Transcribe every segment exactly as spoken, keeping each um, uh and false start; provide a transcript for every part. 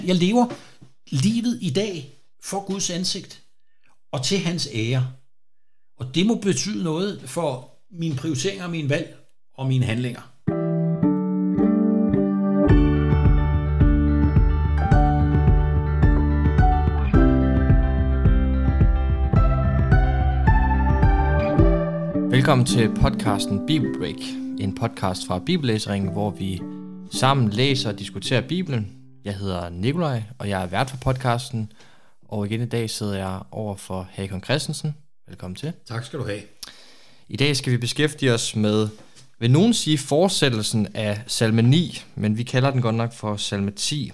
Jeg lever livet i dag for Guds ansigt og til hans ære. Og det må betyde noget for mine prioriteringer, mine valg og mine handlinger. Velkommen til podcasten Bibelbreak, en podcast fra Bibellæseringen, hvor vi sammen læser og diskuterer Bibelen. Jeg hedder Nikolaj, og jeg er vært for podcasten, og igen i dag sidder jeg over for Hakon Christensen. Velkommen til. Tak skal du have. I dag skal vi beskæftige os med, vil nogen sige, fortsættelsen af salme ni, men vi kalder den godt nok for salme ti,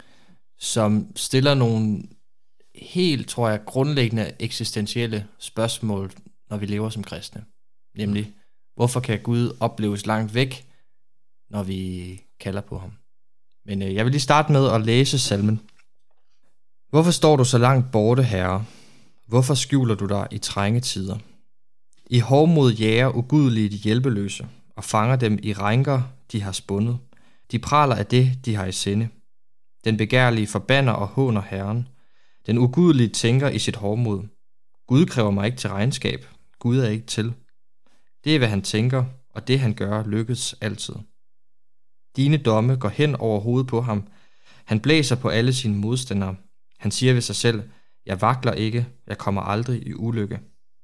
som stiller nogle helt, tror jeg, grundlæggende eksistentielle spørgsmål, når vi lever som kristne. Nemlig, hvorfor kan Gud opleves langt væk, når vi kalder på ham? Men øh, jeg vil lige starte med at læse salmen. Hvorfor står du så langt borte, Herre? Hvorfor skjuler du dig i trænge tider? I hovmod jager ugudelige de hjælpeløse, og fanger dem i rænker, de har spundet. De praler af det, de har i sinde. Den begærlige forbander og håner Herren. Den ugudelige tænker i sit hovmod. Gud kræver mig ikke til regnskab. Gud er ikke til. Det er, hvad han tænker, og det han gør, lykkes altid. Dine domme går hen over hovedet på ham. Han blæser på alle sine modstandere. Han siger ved sig selv, jeg vakler ikke, jeg kommer aldrig i ulykke.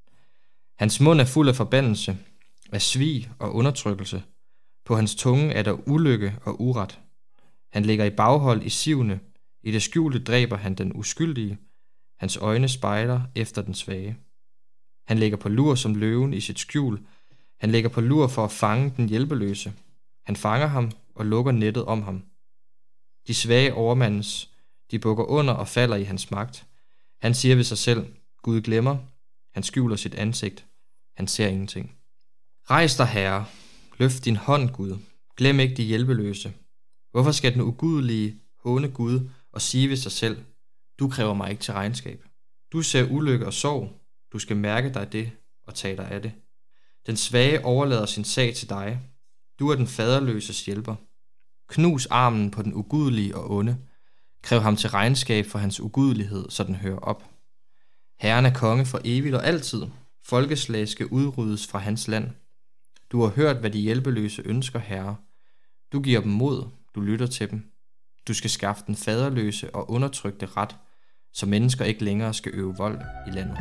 Hans mund er fuld af forbandelse, af svig og undertrykkelse. På hans tunge er der ulykke og uret. Han ligger i baghold i sivene. I det skjulte dræber han den uskyldige. Hans øjne spejler efter den svage. Han ligger på lur som løven i sit skjul. Han ligger på lur for at fange den hjælpeløse. Han fanger ham og lukker nettet om ham. De svage overmandes. De bukker under og falder i hans magt. Han siger ved sig selv, Gud glemmer. Han skjuler sit ansigt. Han ser ingenting. Rejs dig, Herre. Løft din hånd, Gud. Glem ikke de hjælpeløse. Hvorfor skal den ugudelige håne Gud og sige ved sig selv, du kræver mig ikke til regnskab. Du ser ulykke og sorg. Du skal mærke dig det og tage dig af det. Den svage overlader sin sag til dig. Du er den faderløses hjælper. Knus armen på den ugudelige og onde. Kræv ham til regnskab for hans ugudelighed, så den hører op. Herren er konge for evigt og altid. Folkeslag skal udryddes fra hans land. Du har hørt, hvad de hjælpeløse ønsker, Herre. Du giver dem mod, du lytter til dem. Du skal skaffe den faderløse og undertrykte ret, så mennesker ikke længere skal øve vold i landet.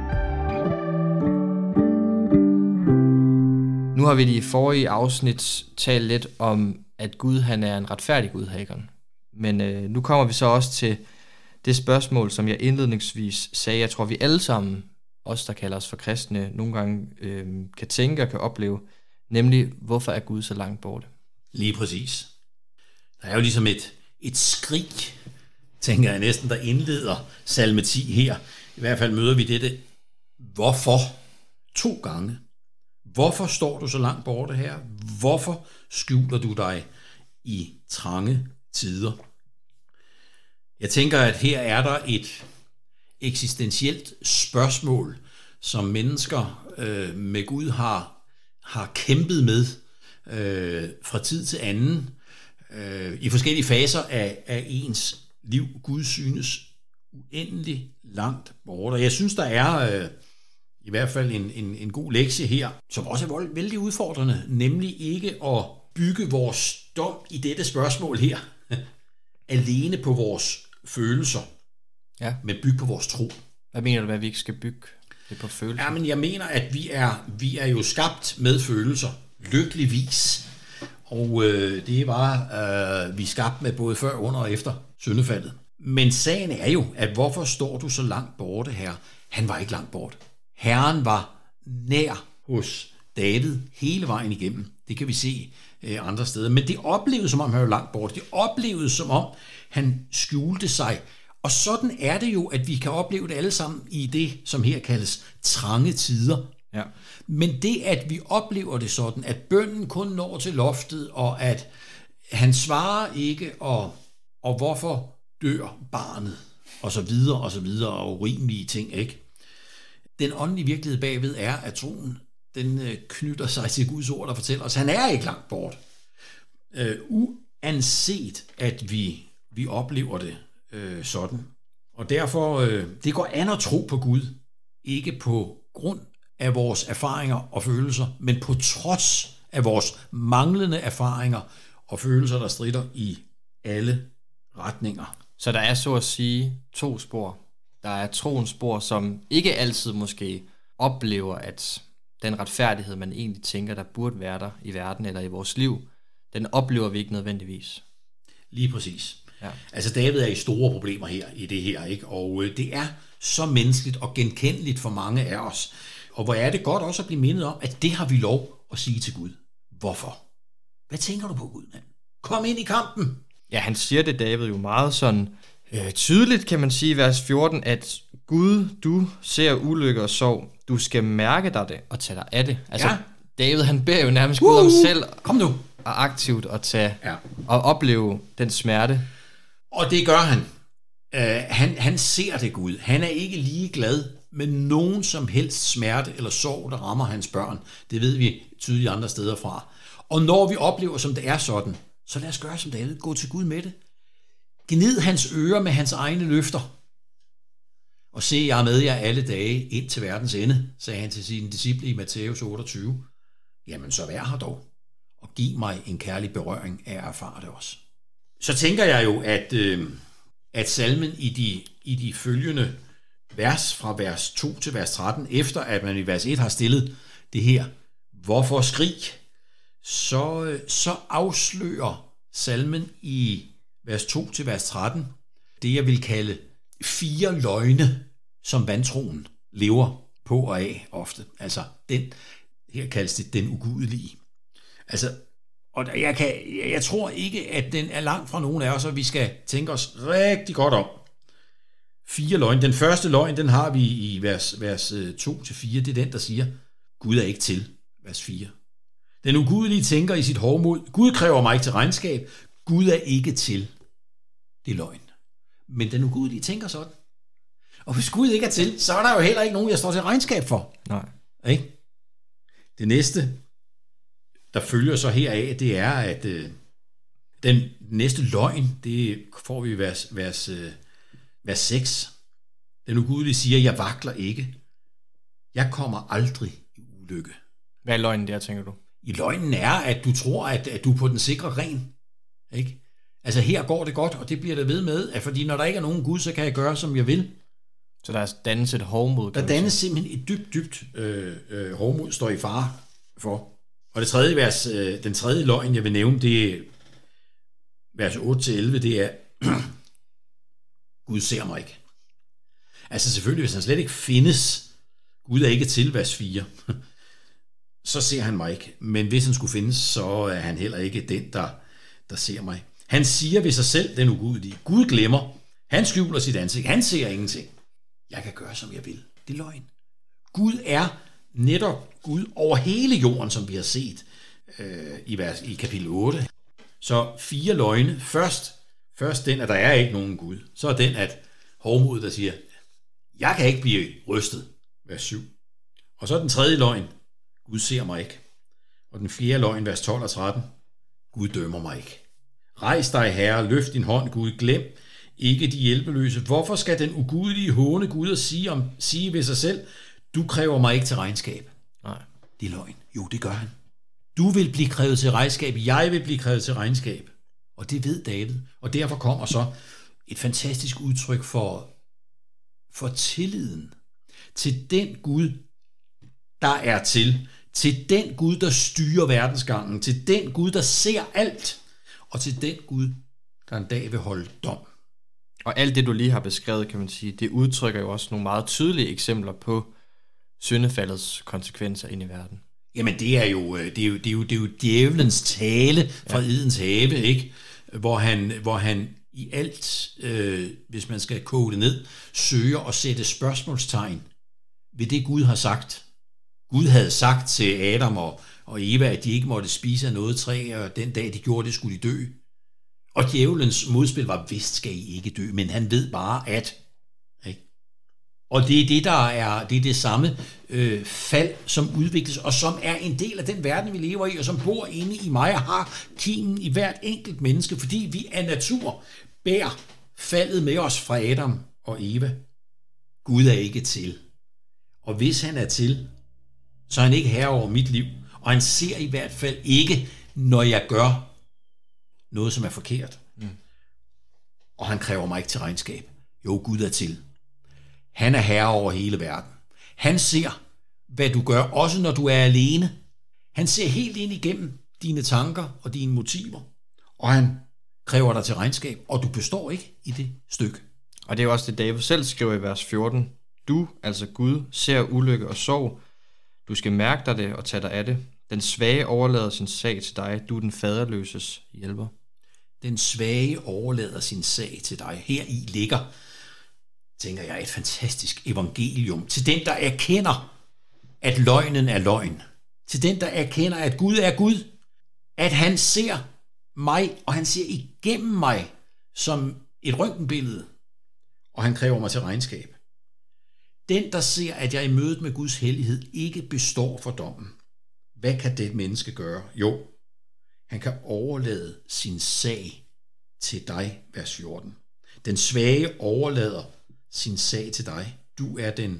Nu har vi i forrige afsnit talt lidt om, at Gud han er en retfærdig Gud, Hakon. Men øh, nu kommer vi så også til det spørgsmål, som jeg indledningsvis sagde, jeg tror vi alle sammen, os der kalder os for kristne, nogle gange øh, kan tænke og kan opleve, nemlig hvorfor er Gud så langt borte? Lige præcis. Der er jo ligesom et, et skrig, tænker jeg næsten, der indleder salme ti her. I hvert fald møder vi dette, hvorfor? To gange. Hvorfor står du så langt borte her? Hvorfor skjuler du dig i trange tider? Jeg tænker, at her er der et eksistentielt spørgsmål, som mennesker øh, med Gud har, har kæmpet med øh, fra tid til anden øh, i forskellige faser af, af ens liv. Gud synes uendelig langt borte. Jeg synes, der er øh, i hvert fald en, en, en god lektie her, som også er vældig udfordrende, nemlig ikke at bygge vores dom i dette spørgsmål her alene på vores følelser, ja. Men bygge på vores tro. Hvad mener du med, at vi ikke skal bygge det på følelser? Ja, men jeg mener, at vi er, vi er jo skabt med følelser, lykkeligvis. Og øh, det var øh, vi er skabt med både før, under og efter syndefaldet. Men sagen er jo, at hvorfor står du så langt borte her? Han var ikke langt borte. Herren var nær hos David hele vejen igennem. Det kan vi se øh, andre steder. Men det oplevedes, som om han var langt borte. Det oplevedes, som om han skjulte sig. Og sådan er det jo, at vi kan opleve det alle sammen i det, som her kaldes trange tider. Ja. Men det, at vi oplever det sådan, at bønnen kun når til loftet, og at han svarer ikke, og, og hvorfor dør barnet, og så videre, og så videre, og urimelige ting, ikke? Den åndelige virkelighed bagved er, at troen, den knytter sig til Guds ord, der fortæller os, han er ikke langt bort. Uh, uanset at vi vi oplever det øh, sådan. Og derfor, øh, det går an at tro på Gud, ikke på grund af vores erfaringer og følelser, men på trods af vores manglende erfaringer og følelser, der stritter i alle retninger. Så der er så at sige to spor. Der er troens spor, som ikke altid måske oplever, at den retfærdighed, man egentlig tænker, der burde være der i verden eller i vores liv, den oplever vi ikke nødvendigvis. Lige præcis. Ja. Altså David er i store problemer her i det her, ikke? Og øh, det er så menneskeligt og genkendeligt for mange af os. Og hvor er det godt også at blive mindet om, at det har vi lov at sige til Gud. Hvorfor? Hvad tænker du på, Gud, mand? Kom ind i kampen! Ja, han siger det, David, jo meget sådan øh, tydeligt, kan man sige, i vers fjorten, at Gud, du ser ulykke og sorg. Du skal mærke dig det og tage dig af det. Altså, ja. David, han beder jo nærmest uh, Gud om selv kom nu. og aktivt at tage ja. og opleve den smerte. Og det gør han. Uh, han. Han ser det, Gud. Han er ikke ligeglad med nogen som helst smerte eller sorg, der rammer hans børn. Det ved vi tydeligt andre steder fra. Og når vi oplever, som det er sådan, så lad os gøre som David. Gå til Gud med det. Gnid hans ører med hans egne løfter. Og se, jeg er med jer alle dage ind til verdens ende, sagde han til sine disciple i Matthæus otteogtyve. Jamen, så vær her dog, og giv mig en kærlig berøring af at erfare det også. Så tænker jeg jo, at, øh, at salmen i de, i de følgende vers, fra vers to til vers tretten, efter at man i vers et har stillet det her, hvorfor skrig, så, så afslører salmen i vers to til vers tretten, det jeg vil kalde fire løgne, som vantroen lever på og af ofte. Altså, den, her kaldes det den ugudelige. Altså, og jeg, kan, jeg tror ikke, at den er langt fra nogen af os, og vi skal tænke os rigtig godt om. Fire løgne. Den første løgn, den har vi i vers, vers to til fire. Det er den, der siger, Gud er ikke til. Vers fire. Den ugudelige tænker i sit hovmod, Gud kræver mig ikke til regnskab. Gud er ikke til. Det er løgn. Men den ugudelige tænker sådan. Og hvis Gud ikke er til, så er der jo heller ikke nogen, jeg står til regnskab for. Nej. Ikke? Det næste, der følger så heraf, det er, at øh, den næste løgn, det får vi i vers, vers, øh, vers seks. Den ugudelige siger, jeg vakler ikke. Jeg kommer aldrig i ulykke. Hvad er løgnen der, tænker du? I løgnen er, at du tror, at, at du er på den sikre ren. Ikke? Altså her går det godt, og det bliver det ved med, at fordi når der ikke er nogen Gud, så kan jeg gøre, som jeg vil. Så der dannes et hovmod? Der dannes simpelthen et dybt, dybt øh, øh, hovmod, står i fare for. Og det tredje vers, øh, den tredje løgn, jeg vil nævne, det er vers otte til elleve, det er, Gud ser mig ikke. Altså selvfølgelig, hvis han slet ikke findes, Gud er ikke til, vers fire, så ser han mig ikke. Men hvis han skulle findes, så er han heller ikke den, der, der ser mig. Han siger ved sig selv, den ugudelige, Gud glemmer, han skjuler sit ansigt, han ser ingenting. Jeg kan gøre, som jeg vil. Det er løgn. Gud er netop Gud over hele jorden, som vi har set øh, i, vers, i kapitel otte. Så fire løgne. Først, først den, at der er ikke nogen Gud. Så er den, at hovmodet, der siger, jeg kan ikke blive rystet. Vers syv. Og så den tredje løgn. Gud ser mig ikke. Og den fjerde løgn, vers tolv og tretten. Gud dømmer mig ikke. Rejs dig, Herre, løft din hånd, Gud, glem ikke de hjælpeløse. Hvorfor skal den ugudelige håne Gud og sige, om, sige ved sig selv, du kræver mig ikke til regnskab? Nej. Det er løgn. Jo, det gør han. Du vil blive krævet til regnskab, jeg vil blive krævet til regnskab. Og det ved David. Og derfor kommer så et fantastisk udtryk for, for tilliden til den Gud, der er til. Til den Gud, der styrer verdensgangen. Til den Gud, der ser alt. Og til den Gud, der en dag vil holde dom. Og alt det, du lige har beskrevet, kan man sige, det udtrykker jo også nogle meget tydelige eksempler på syndefaldets konsekvenser ind i verden. Jamen, det er jo, det er jo, det er jo, det er jo djævelens tale fra ja. Edens have, ikke? Hvor han, hvor han i alt, øh, hvis man skal koge det ned, søger at sætte spørgsmålstegn ved det, Gud har sagt. Gud havde sagt til Adam og, og Eva, at de ikke måtte spise af noget træ, og den dag de gjorde det, skulle de dø. Og djævelens modspil var, vist skal I ikke dø, men han ved bare, at... Ikke? Og det er det, der er det, er det samme øh, fald, som udvikles, og som er en del af den verden, vi lever i, og som bor inde i mig og har kimen i hvert enkelt menneske, fordi vi af natur bær faldet med os fra Adam og Eva. Gud er ikke til. Og hvis han er til, så er han ikke herre over mit liv. Og han ser i hvert fald ikke, når jeg gør noget, som er forkert. Mm. Og han kræver mig ikke til regnskab. Jo, Gud er til. Han er herre over hele verden. Han ser, hvad du gør, også når du er alene. Han ser helt ind igennem dine tanker og dine motiver. Og han kræver dig til regnskab, og du består ikke i det stykke. Og det er jo også det, David selv skriver i vers fjorten. Du, altså Gud, ser ulykke og sorg. Du skal mærke dig det og tage dig af det. Den svage overlader sin sag til dig. Du er den faderløses hjælper. Den svage overlader sin sag til dig. Her i ligger, tænker jeg, et fantastisk evangelium til den, der erkender, at løgnen er løgn. Til den, der erkender, at Gud er Gud. At han ser mig, og han ser igennem mig som et røntgenbillede. Og han kræver mig til regnskab. Den, der ser, at jeg i mødet med Guds hellighed ikke består for dommen. Hvad kan det menneske gøre? Jo, han kan overlade sin sag til dig, vers fjorten. Den svage overlader sin sag til dig. Du er den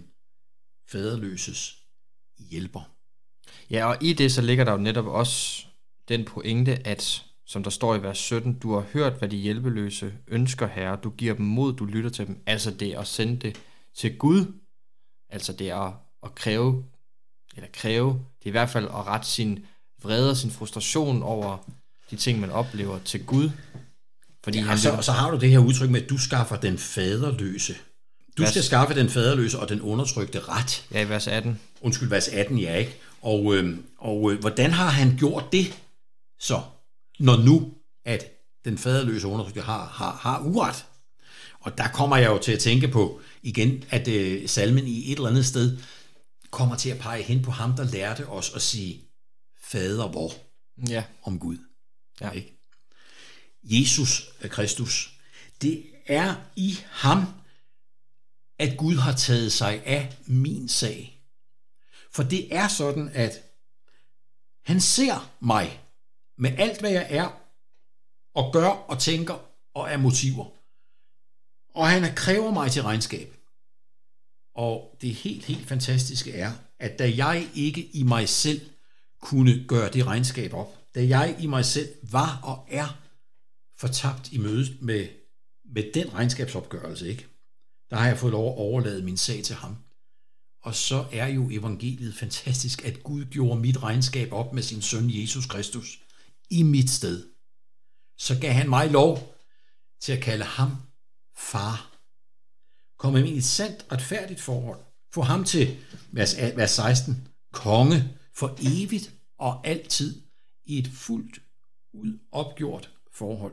faderløses hjælper. Ja, og i det så ligger der jo netop også den pointe, at som der står i vers sytten, du har hørt, hvad de hjælpeløse ønsker, Herre. Du giver dem mod, du lytter til dem. Altså det at sende det til Gud. Altså det at, at kræve, eller kræve, det er i hvert fald at rette sin vrede og sin frustration over de ting, man oplever til Gud. Fordi ja, han så, så har du det her udtryk med, at du skaffer den faderløse. Du vers, skal skaffe den faderløse og den undertrykte ret. Ja, i vers atten. Undskyld, vers atten, ja ikke. Og, øh, og øh, hvordan har han gjort det så, når nu, at den faderløse undertrykte har, har, har uret? Og der kommer jeg jo til at tænke på igen, at øh, salmen i et eller andet sted kommer til at pege hen på ham, der lærte os at sige, fader hvor? Ja. Om Gud. Ja. Ikke? Jesus Kristus. Det er i ham, at Gud har taget sig af min sag. For det er sådan, at han ser mig med alt, hvad jeg er, og gør og tænker og er motiver. Og han kræver mig til regnskab. Og det helt, helt fantastiske er, at da jeg ikke i mig selv kunne gøre det regnskab op, da jeg i mig selv var og er fortabt i mødet med, med den regnskabsopgørelse, ikke? Der har jeg fået lov at overlade min sag til ham. Og så er jo evangeliet fantastisk, at Gud gjorde mit regnskab op med sin søn Jesus Kristus i mit sted. Så gav han mig lov til at kalde ham far. Kom ind i et sandt, retfærdigt forhold. Få ham til, vers, vers seksten, konge for evigt og altid i et fuldt ud opgjort forhold.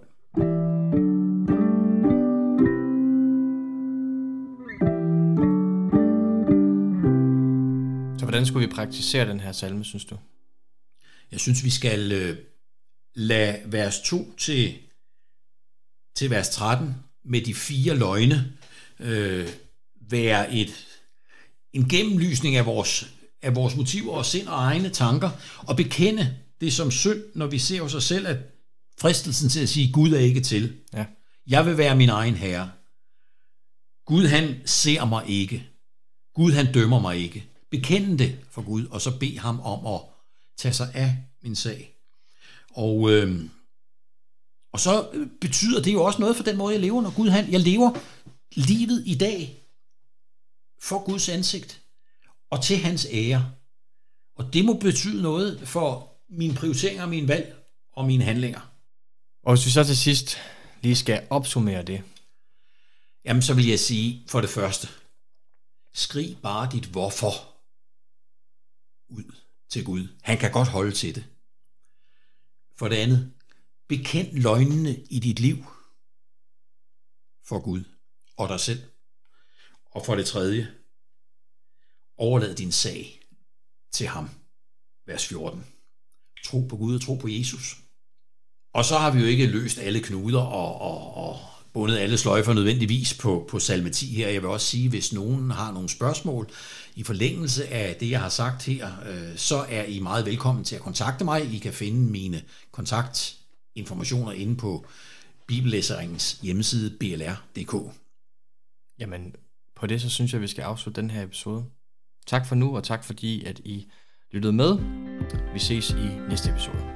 Så hvordan skulle vi praktisere den her salme, synes du? Jeg synes, vi skal øh, lade vers to til, til vers tretten med de fire løgne øh, være et, en gennemlysning af vores, af vores motiver og sind og egne tanker, og bekende det som synd, når vi ser hos os selv, at fristelsen til at sige, Gud er ikke til. Ja. Jeg vil være min egen herre. Gud, han ser mig ikke. Gud, han dømmer mig ikke. Bekende det for Gud, og så bede ham om at tage sig af min sag. Og, øh, og så betyder det jo også noget for den måde, jeg lever, når Gud, han, jeg lever livet i dag for Guds ansigt og til hans ære. Og det må betyde noget for mine prioriteringer, mine valg og mine handlinger. Og hvis vi så til sidst lige skal opsummere det. Jamen, så vil jeg sige for det første, skrig bare dit hvorfor ud til Gud. Han kan godt holde til det. For det andet, bekend løgnene i dit liv for Gud og dig selv. Og for det tredje, overlad din sag til ham. Vers fjorten. Tro på Gud og tro på Jesus. Og så har vi jo ikke løst alle knuder og, og, og bundet alle sløjfer nødvendigvis på, på salme ti her. Jeg vil også sige, hvis nogen har nogle spørgsmål i forlængelse af det, jeg har sagt her, øh, så er I meget velkommen til at kontakte mig. I kan finde mine kontaktinformationer inde på bibellæseringens hjemmeside b l r punktum d k. Jamen, på det så synes jeg, vi skal afslutte den her episode. Tak for nu, og tak fordi, at I lyttede med. Vi ses i næste episode.